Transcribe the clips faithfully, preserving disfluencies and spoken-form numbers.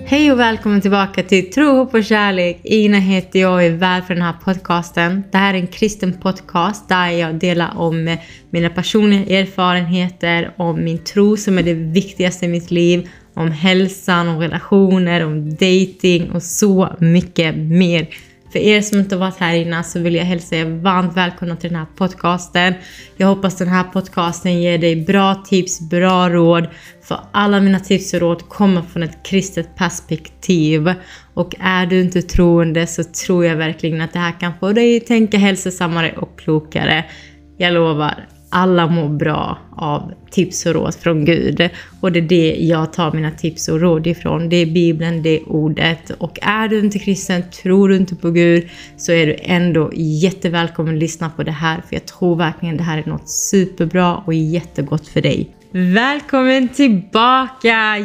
Hej och välkommen tillbaka till Tro, hopp och kärlek. Ina heter jag och är värd för den här podcasten. Det här är en kristen podcast där jag delar om mina personliga erfarenheter, om min tro som är det viktigaste i mitt liv, om hälsan, om relationer, om dating och så mycket mer. För er som inte varit här innan så vill jag hälsa er varmt välkomna till den här podcasten. Jag hoppas den här podcasten ger dig bra tips, bra råd. För alla mina tips och råd kommer från ett kristet perspektiv. Och är du inte troende så tror jag verkligen att det här kan få dig att tänka hälsosammare och klokare. Jag lovar. Alla mår bra av tips och råd från Gud. Och det är det jag tar mina tips och råd ifrån. Det är Bibeln, det är ordet. Och är du inte kristen, tror du inte på Gud, så är du ändå jättevälkommen att lyssna på det här. För jag tror verkligen det här är något superbra och jättegott för dig. Välkommen tillbaka!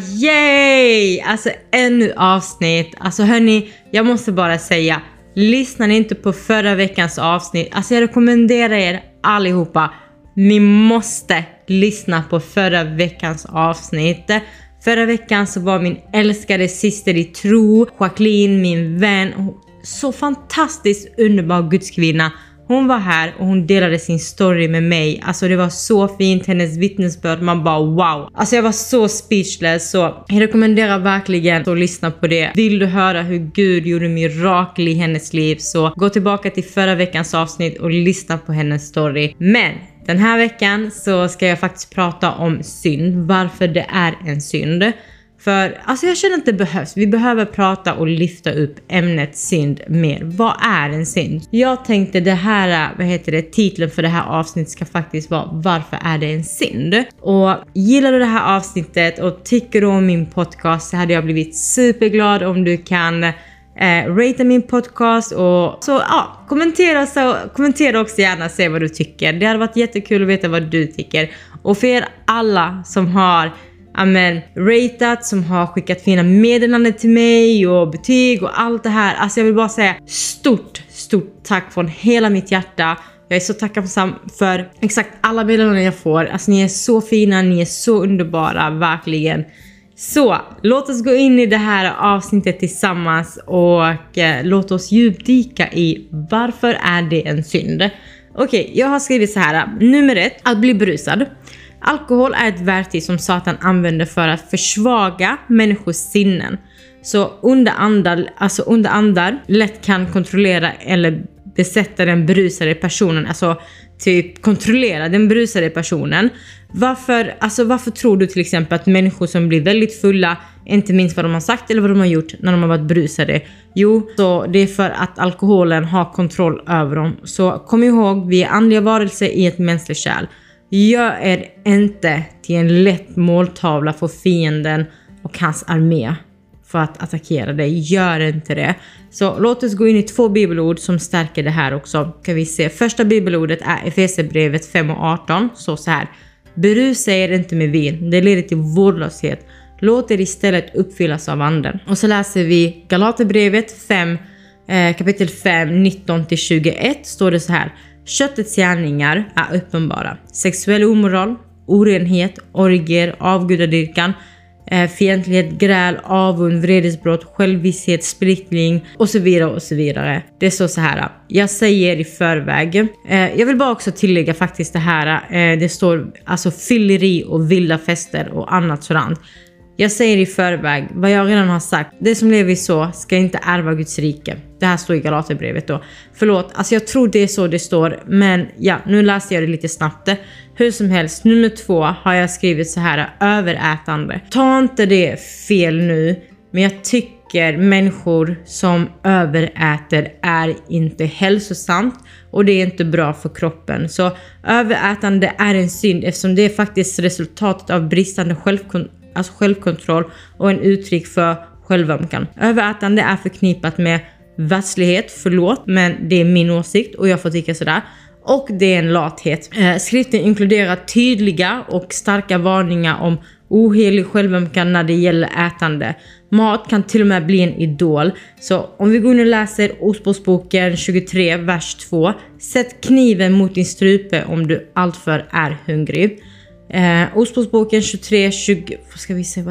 Yay! Alltså ännu avsnitt. Alltså hörni, jag måste bara säga, lyssna ni inte på förra veckans avsnitt. Alltså jag rekommenderar er allihopa. Ni måste lyssna på förra veckans avsnitt. Förra veckan så var min älskade syster i tro, Jacqueline, min vän. Så fantastiskt underbar gudskvinna. Hon var här och hon delade sin story med mig. Alltså det var så fint, hennes vittnesbörd. Man bara wow. Alltså jag var så speechless. Så jag rekommenderar verkligen att lyssna på det. Vill du höra hur Gud gjorde mirakel i hennes liv, så gå tillbaka till förra veckans avsnitt och lyssna på hennes story. Men den här veckan så ska jag faktiskt prata om synd. Varför det är en synd. För alltså jag känner att det behövs. Vi behöver prata och lyfta upp ämnet synd mer. Vad är en synd? Jag tänkte det här, vad heter det, titeln för det här avsnittet ska faktiskt vara varför är det en synd? Och gillar du det här avsnittet och tycker du om min podcast, så hade jag blivit superglad om du kan Eh, rate min podcast och så ja, kommentera, så, kommentera också gärna, se vad du tycker. Det hade varit jättekul att veta vad du tycker. Och för er alla som har amen, ratat, som har skickat fina meddelanden till mig och betyg och allt det här, alltså jag vill bara säga stort, stort tack från hela mitt hjärta. Jag är så tacksam för exakt alla meddelanden jag får. Alltså ni är så fina, ni är så underbara, verkligen. Så, låt oss gå in i det här avsnittet tillsammans och eh, låt oss djupdyka i varför är det en synd. Okej, jag har skrivit så här. Nummer ett, att bli berusad. Alkohol är ett verktyg som Satan använder för att försvaga människors sinnen. Så under andar, alltså under andar lätt kan kontrollera eller besätta den berusade personen. Alltså typ kontrollera den berusade personen. Varför, alltså varför tror du till exempel att människor som blir väldigt fulla inte minns vad de har sagt eller vad de har gjort när de har varit berusade? Jo, så det är för att alkoholen har kontroll över dem. Så kom ihåg, vi är andliga varelser i ett mänskligt kärl. Gör er inte till en lätt måltavla för fienden och hans armé för att attackera dig. Gör inte det. Så låt oss gå in i två bibelord som stärker det här också. Kan vi se. Första bibelordet är Efesierbrevet fem och arton. Så så här. Berusa er inte med vin. Det leder till vårdlöshet. Låt er istället uppfyllas av anden. Och så läser vi Galaterbrevet fem, eh, kapitel fem, nitton till tjugoett. Står det så här. Köttets gärningar är uppenbara. Sexuell omoral, orenhet, orger, avgudadyrkan, eh, fientlighet, gräl, avund, vredesbrott, självvisshet, splittring och så vidare och så vidare. Det står så här. Jag säger i förväg. Eh, jag vill bara också tillägga faktiskt det här. Eh, det står alltså fylleri och vilda fester och annat sådant. Jag säger i förväg, vad jag redan har sagt. Det som lever så ska inte ärva Guds rike. Det här står i Galaterbrevet då. Förlåt, alltså jag tror det är så det står. Men ja, nu läser jag det lite snabbt. Hur som helst, nummer två har jag skrivit så här. Överätande. Ta inte det fel nu. Men jag tycker människor som överäter är inte hälsosamt. Och det är inte bra för kroppen. Så överätande är en synd. Eftersom det är faktiskt resultatet av bristande självkontroll. Alltså självkontroll och en uttryck för självömkan. Överätande är förknippat med världslighet, förlåt, men det är min åsikt och jag får tycka sådär. Och det är en lathet. Eh, skriften inkluderar tydliga och starka varningar om ohelig självömkan när det gäller ätande. Mat kan till och med bli en idol. Så om vi går in och läser Ordspråksboken tjugotre, vers två. Sätt kniven mot din strupe om du alltför är hungrig. Eh, Ordspråksboken tjugotre, tjugo, ska vi se vad det är?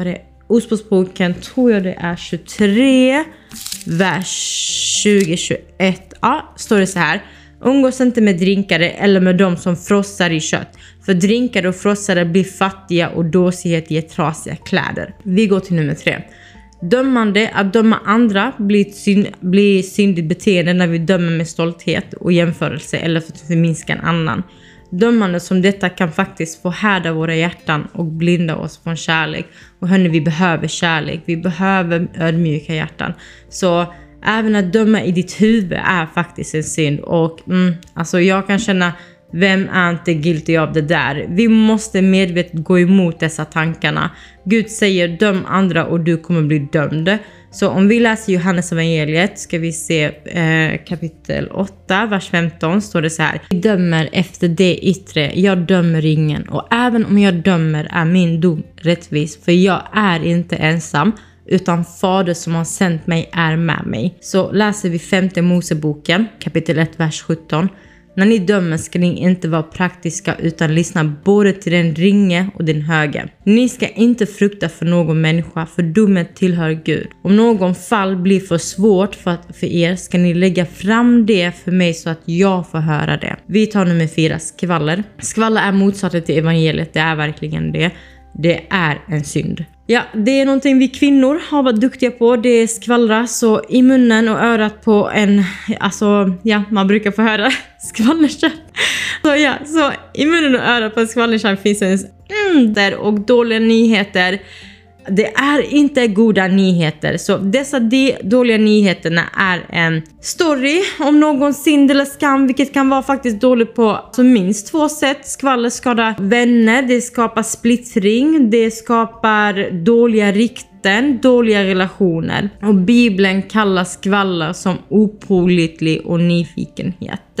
Ordspråksboken tror jag det är tjugotre, vers tjugo till tjugoett. Ja, står det så här. Umgås inte med drinkare eller med dem som frossar i kött. För drinkare och frossare blir fattiga och dåsighet ger trasiga kläder. Vi går till nummer tre. Dömande, att döma andra blir, synd, blir syndigt beteende när vi dömer med stolthet och jämförelse eller för att förminska en annan. Dömande som detta kan faktiskt förhärda våra hjärtan och blinda oss från kärlek. Och hörni, vi behöver kärlek. Vi behöver ödmjuka hjärtan. Så även att döma i ditt huvud är faktiskt en synd. Och mm, alltså jag kan känna, vem är inte guilty av det där? Vi måste medvetet gå emot dessa tankarna. Gud säger döm andra och du kommer bli dömd. Så om vi läser Johannes evangeliet ska vi se eh, kapitel åtta, vers femton, står det så här. Jag dömer efter det yttre, jag dömer ingen. Och även om jag dömer är min dom rättvis, för jag är inte ensam. Utan Fader som har sänt mig är med mig. Så läser vi femte Moseboken, kapitel ett, vers sjutton. När ni dömer ska ni inte vara praktiska utan lyssna både till den ringe och den höge. Ni ska inte frukta för någon människa, för domen tillhör Gud. Om någon fall blir för svårt för, för er ska ni lägga fram det för mig så att jag får höra det. Vi tar nummer fyra, skvaller. Skvaller är motsatsen till evangeliet, det är verkligen det. Det är en synd. Ja, det är någonting vi kvinnor har varit duktiga på. Det är skvallra, så i munnen och örat på en, alltså ja, man brukar få höra skvallerkärn. Så ja, så i munnen och örat på en skvallerkärn finns en mm, där och dåliga nyheter. Det är inte goda nyheter. Så dessa de, dåliga nyheterna är en story om någon synd eller skam, vilket kan vara faktiskt dåligt på så minst två sätt. Skvaller skadar vänner, det skapar splittring, det skapar dåliga rykten, dåliga relationer. Och Bibeln kallar skvaller som opålitlig och nyfikenhet.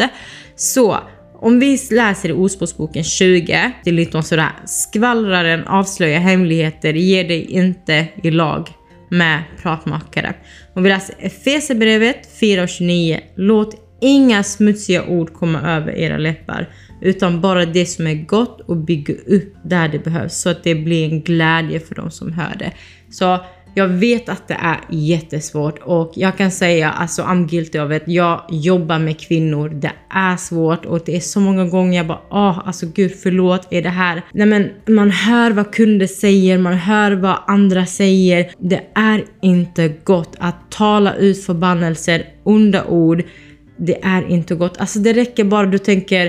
Så om vi läser i Ordspråksboken tjugo, det är lite om sådär. Skvallraren avslöjar hemligheter, ger dig inte i lag med pratmakare. Om vi läser Efesierbrevet fyra och tjugonio. Låt inga smutsiga ord komma över era läppar, utan bara det som är gott och bygga upp där det behövs, så att det blir en glädje för de som hör det. Så jag vet att det är jättesvårt och jag kan säga, alltså I'm guilty av det. Jag jobbar med kvinnor, det är svårt och det är så många gånger jag bara, åh, oh, alltså gud förlåt, är det här? Nej men man hör vad kunder säger, man hör vad andra säger. Det är inte gott att tala ut förbannelser, onda ord. Det är inte gott. Alltså det räcker bara du tänker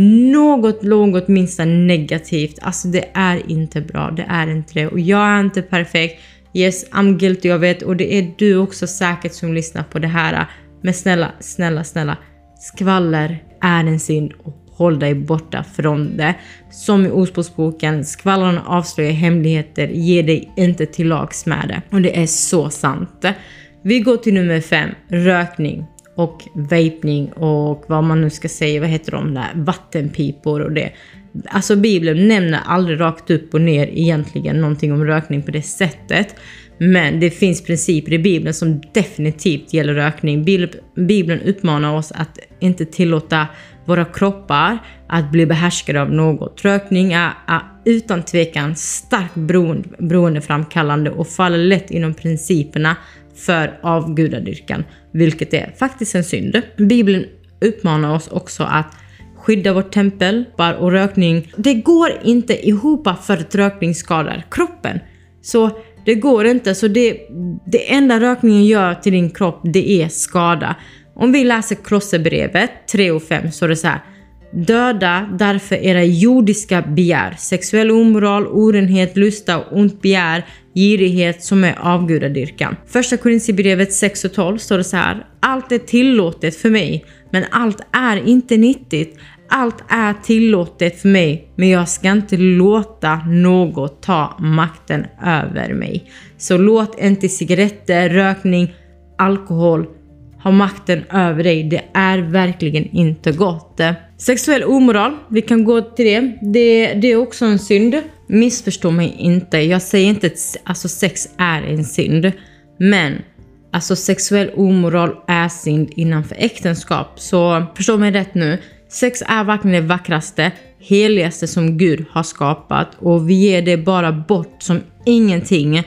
något, något minsta negativt. Alltså det är inte bra, det är inte det. Och jag är inte perfekt. Yes, I'm guilty of it. Och det är du också säkert som lyssnar på det här. Men snälla, snälla, snälla. Skvaller är en synd och håll dig borta från det. Som i Ordspråksboken, skvallrarna avslöjar hemligheter, ge dig inte till lags med det. Och det är så sant. Vi går till nummer fem, rökning och vapning och vad man nu ska säga, vad heter de där, vattenpipor och det. Alltså Bibeln nämner aldrig rakt upp och ner egentligen någonting om rökning på det sättet. Men det finns principer i Bibeln som definitivt gäller rökning. Bibeln uppmanar oss att inte tillåta våra kroppar att bli behärskade av något. Rökning är, är utan tvekan starkt beroende, beroendeframkallande och faller lätt inom principerna för avgudadyrkan, vilket är faktiskt en synd. Bibeln uppmanar oss också att skydda vårt tempel, bar och rökning. Det går inte ihop för att rökning skadar kroppen. Så det går inte. Så det, det enda rökningen gör till din kropp, det är skada. Om vi läser Kolosserbrevet tre och fem så är det så här. Döda därför era jordiska begär, sexuell omoral, orenhet, lusta och ont begär, girighet som är avgudadyrkan. Första Korinthierbrevet sex och tolv står det så här. Allt är tillåtet för mig, men allt är inte nyttigt. Allt är tillåtet för mig, men jag ska inte låta något ta makten över mig. Så låt inte cigaretter, rökning, alkohol ha makten över dig. Det är verkligen inte gott. Sexuell omoral, vi kan gå till det. Det, det är också en synd. Missförstå mig inte. Jag säger inte att alltså, sex är en synd. Men alltså sexuell omoral är synd innanför äktenskap. Så förstå mig rätt nu. Sex är verkligen det vackraste, heligaste som Gud har skapat. Och vi ger det bara bort som ingenting.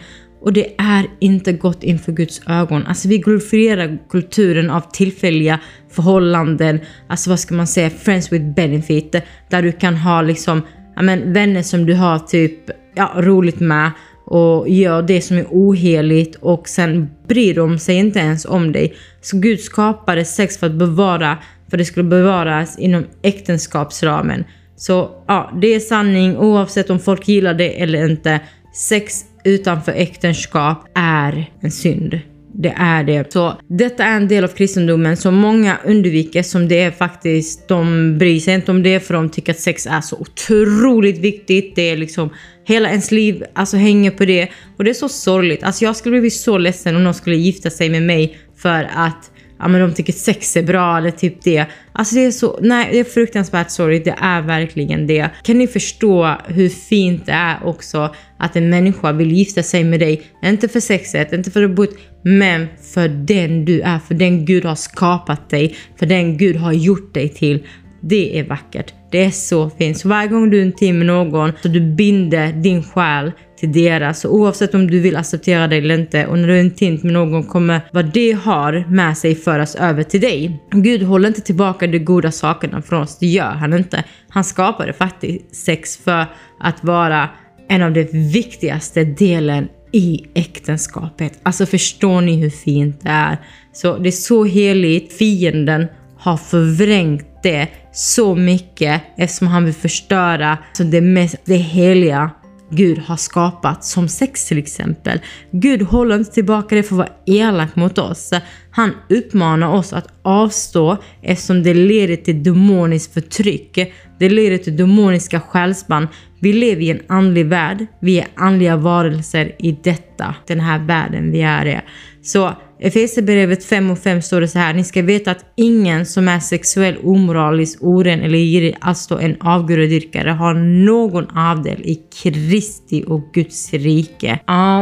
Och det är inte gott inför Guds ögon. Alltså vi glorifierar kulturen av tillfälliga förhållanden. Alltså vad ska man säga? Friends with benefit. Där du kan ha liksom, ja men, vänner som du har typ ja, roligt med. Och gör det som är oheligt. Och sen bryr de sig inte ens om dig. Så Gud skapade sex för att bevara. För det skulle bevaras inom äktenskapsramen. Så ja, det är sanning oavsett om folk gillar det eller inte. Sex utanför äktenskap är en synd. Det är det. Så detta är en del av kristendomen som många undviker, som det är faktiskt, de bryr sig inte om det för de tycker att sex är så otroligt viktigt. Det är liksom hela ens liv alltså hänger på det. Och det är så sorgligt. Alltså jag skulle bli så ledsen om någon skulle gifta sig med mig för att ja, men de tycker sex är bra eller typ det. Alltså det är så, nej det är fruktansvärt sorgligt, det är verkligen det. Kan ni förstå hur fint det är också att en människa vill gifta sig med dig? Inte för sexet, inte för att bo, men för den du är, för den Gud har skapat dig, för den Gud har gjort dig till. Det är vackert, det är så fint. Så varje gång du är intim med någon så du binder din själ till deras. Så oavsett om du vill acceptera det eller inte, och när du är intimt med någon kommer vad det har med sig föras över till dig. Gud håller inte tillbaka de goda sakerna från oss, det gör han inte. Han skapade faktiskt sex för att vara en av de viktigaste delen i äktenskapet. Alltså förstår ni hur fint det är? Så det är så heligt. Fienden har förvrängt det så mycket eftersom han vill förstöra så det, mest, det heliga Gud har skapat, som sex till exempel. Gud håller inte tillbaka det för att vara elak mot oss. Han uppmanar oss att avstå eftersom det leder till demoniskt förtryck. Det leder till demoniska själsband. Vi lever i en andlig värld. Vi är andliga varelser i detta, den här världen vi är i. Så Efesierbrevet fem och fem står det så här: ni ska veta att ingen som är sexuell, omoralisk, oren eller girig, alltså en avgudadyrkare, har någon avdel i Kristi och Guds rike.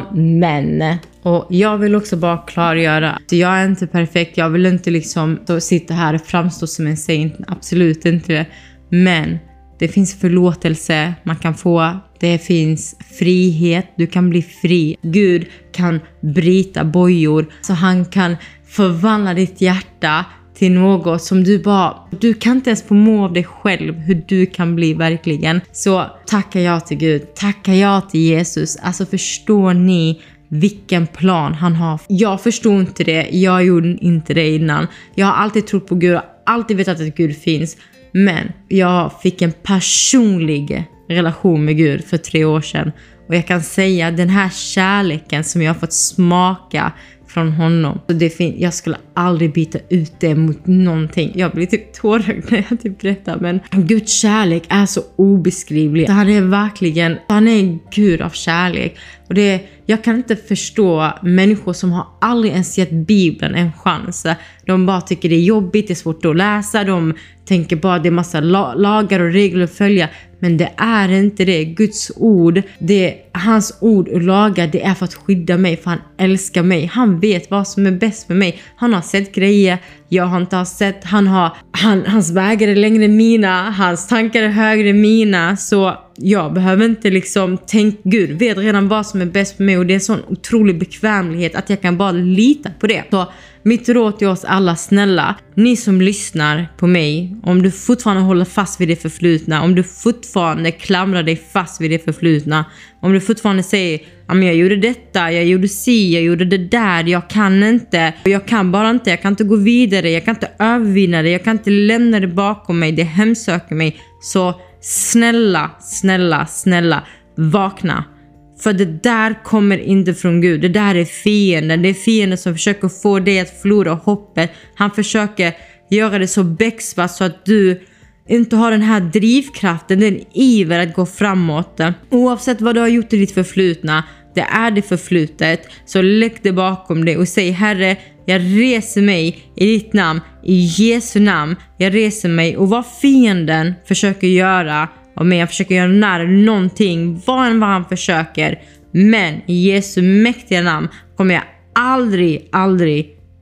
Amen. Och jag vill också bara klargöra att jag är inte perfekt. Jag vill inte liksom sitta här och framstå som en saint. Absolut inte. Men det finns förlåtelse man kan få. Det finns frihet. Du kan bli fri. Gud kan bryta bojor. Så han kan förvandla ditt hjärta till något som du bara... Du kan inte ens förmå av dig själv hur du kan bli verkligen. Så tackar jag till Gud. Tackar jag till Jesus. Alltså förstår ni vilken plan han har? Jag förstod inte det. Jag gjorde inte det innan. Jag har alltid trott på Gud. Alltid vetat att Gud finns. Men jag fick en personlig relation med Gud för tre år sedan. Och jag kan säga att den här kärleken som jag har fått smaka från honom. Så det fin- jag skulle aldrig byta ut det mot någonting. Jag blir typ tårögd när jag typ berättar. Men Guds kärlek är så obeskrivlig. Han är verkligen, han är en Gud av kärlek. Och det, jag kan inte förstå människor som har aldrig ens gett Bibeln en chans. De bara tycker det är jobbigt, det är svårt att läsa. De tänker bara att det är massa la- lagar och regler att följa. Men det är inte det. Guds ord, det, hans ord och lagar, det är för att skydda mig. För han älskar mig. Han vet vad som är bäst för mig. Han har sett grejer jag har inte har sett. Han har, han, hans vägar är längre än mina. Hans tankar är högre än mina. Så jag behöver inte liksom tänka. Gud vet redan vad som är bäst för mig. Och det är en sån otrolig bekvämlighet att jag kan bara lita på det. Så mitt råd till oss alla, snälla, ni som lyssnar på mig, om du fortfarande håller fast vid det förflutna, om du fortfarande klamrar dig fast vid det förflutna, om du fortfarande säger, ja men jag gjorde detta, jag gjorde si, jag gjorde det där, jag kan inte, jag kan bara inte, jag kan inte gå vidare, jag kan inte övervinna det, jag kan inte lämna det bakom mig, det hemsöker mig. Så snälla, snälla, snälla, vakna. För det där kommer inte från Gud. Det där är fienden. Det är fienden som försöker få dig att förlora hoppet. Han försöker göra det så becksvart så att du inte har den här drivkraften, den iver att gå framåt. Oavsett vad du har gjort i ditt förflutna, det är det förflutet. Så lägg det bakom dig och säg: Herre, jag reser mig i ditt namn, i Jesu namn. Jag reser mig, och vad fienden försöker göra, och jag försöker göra när någonting, vad än vad han försöker, men i Jesu mäktiga namn kommer jag aldrig, aldrig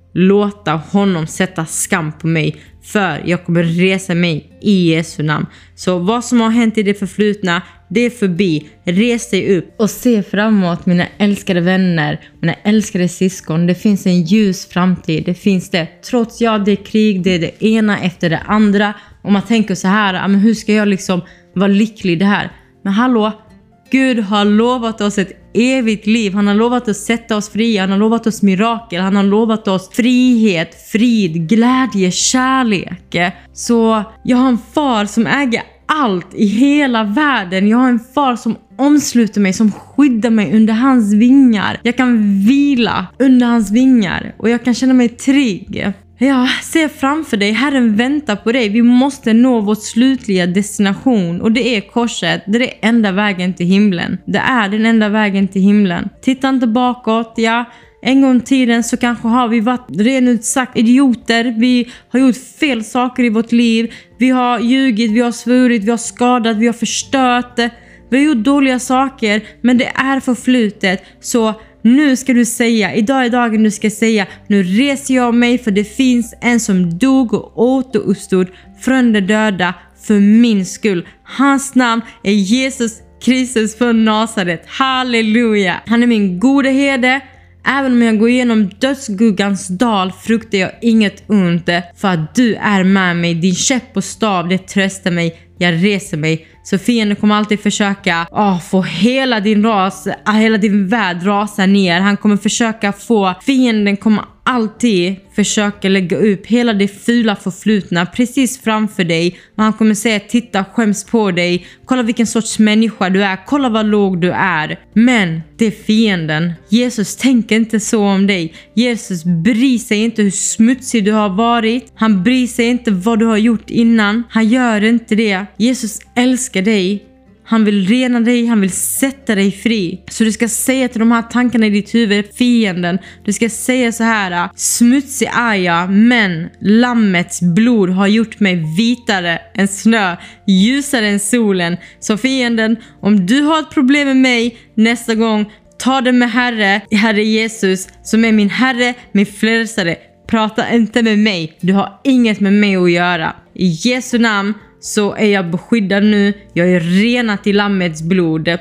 låta honom sätta skam på mig, för jag kommer resa mig i Jesu namn. Så vad som har hänt i det förflutna, det är förbi. Res dig upp och se framåt, mina älskade vänner, mina älskade syskon. Det finns en ljus framtid, det finns det. Trots ja, det är krig, det är det ena efter det andra. Och man tänker så här, men hur ska jag liksom vara lycklig i det här? Men hallå, Gud har lovat oss ett evigt liv. Han har lovat att sätta oss fria. Han har lovat oss mirakel. Han har lovat oss frihet, frid, glädje, kärlek. Så jag har en far som äger allt i hela världen. Jag har en far som omsluter mig, som skyddar mig under hans vingar. Jag kan vila under hans vingar och jag kan känna mig trygg. Ja, se framför dig. Herren väntar på dig. Vi måste nå vår slutliga destination. Och det är korset. Det är den enda vägen till himlen. Det är den enda vägen till himlen. Titta inte bakåt. Ja, en gång i tiden så kanske har vi varit rent ut sagt idioter. Vi har gjort fel saker i vårt liv. Vi har ljugit, vi har svurit, vi har skadat, vi har förstört. Vi har gjort dåliga saker. Men det är förflutet. Så nu ska du säga, idag är dagen du ska säga, nu reser jag mig, för det finns en som dog och återuppstod från de döda för min skull. Hans namn är Jesus Kristus från Nasaret. Halleluja! Han är min gode herde. Även om jag går igenom dödsguggans dal fruktar jag inget ont, för att du är med mig. Din käpp och stav, det tröstar mig. Jag reser mig. Så fienden kommer alltid försöka oh, få hela din ras, hela din värld rasa ner. Han kommer försöka få, fienden kommer alltid försöka lägga upp hela det fula förflutna precis framför dig. Och han kommer säga, titta, skäms på dig. Kolla vilken sorts människa du är. Kolla vad låg du är. Men det är fienden. Jesus tänker inte så om dig. Jesus bryr sig inte hur smutsig du har varit. Han bryr sig inte vad du har gjort innan. Han gör inte det. Jesus älskar dig. Han vill rena dig, han vill sätta dig fri. Så du ska säga till de här tankarna i ditt huvud, fienden. Du ska säga så här: smutsig är jag, men lammets blod har gjort mig vitare än snö, ljusare än solen. Så fienden, om du har ett problem med mig nästa gång, ta det med Herre, Herre Jesus, som är min Herre, min frälsare. Prata inte med mig, du har inget med mig att göra. I Jesu namn så är jag beskyddad nu. Jag är renat i lammets blod.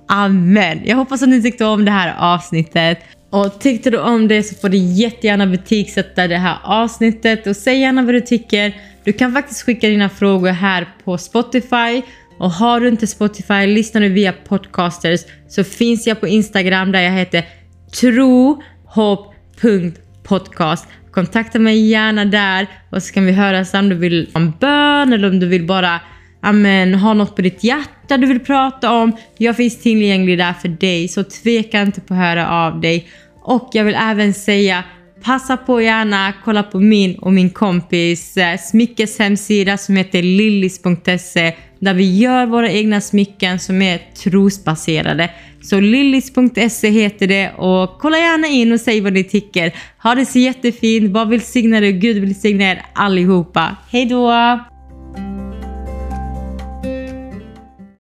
Amen. Jag hoppas att ni tyckte om det här avsnittet. Och tyckte du om det så får du jättegärna betygsätta det här avsnittet. Och säg gärna vad du tycker. Du kan faktiskt skicka dina frågor här på Spotify. Och har du inte Spotify, lyssnar du via podcasters, så finns jag på Instagram där jag heter trohopp punkt podcast. Kontakta mig gärna där och så kan vi höra om du vill ha en bön eller om du vill bara amen, ha något på ditt hjärta du vill prata om. Jag finns tillgänglig där för dig, så tveka inte på att höra av dig. Och jag vill även säga, passa på gärna kolla på min och min kompis eh, smyckes hemsida som heter lillis punkt se, där vi gör våra egna smycken som är trosbaserade. Så lillis punkt se heter det, och kolla gärna in och säg vad ni tycker. Ha det så jättefint, bara vill signa dig, Gud vill signa er allihopa. Hej då!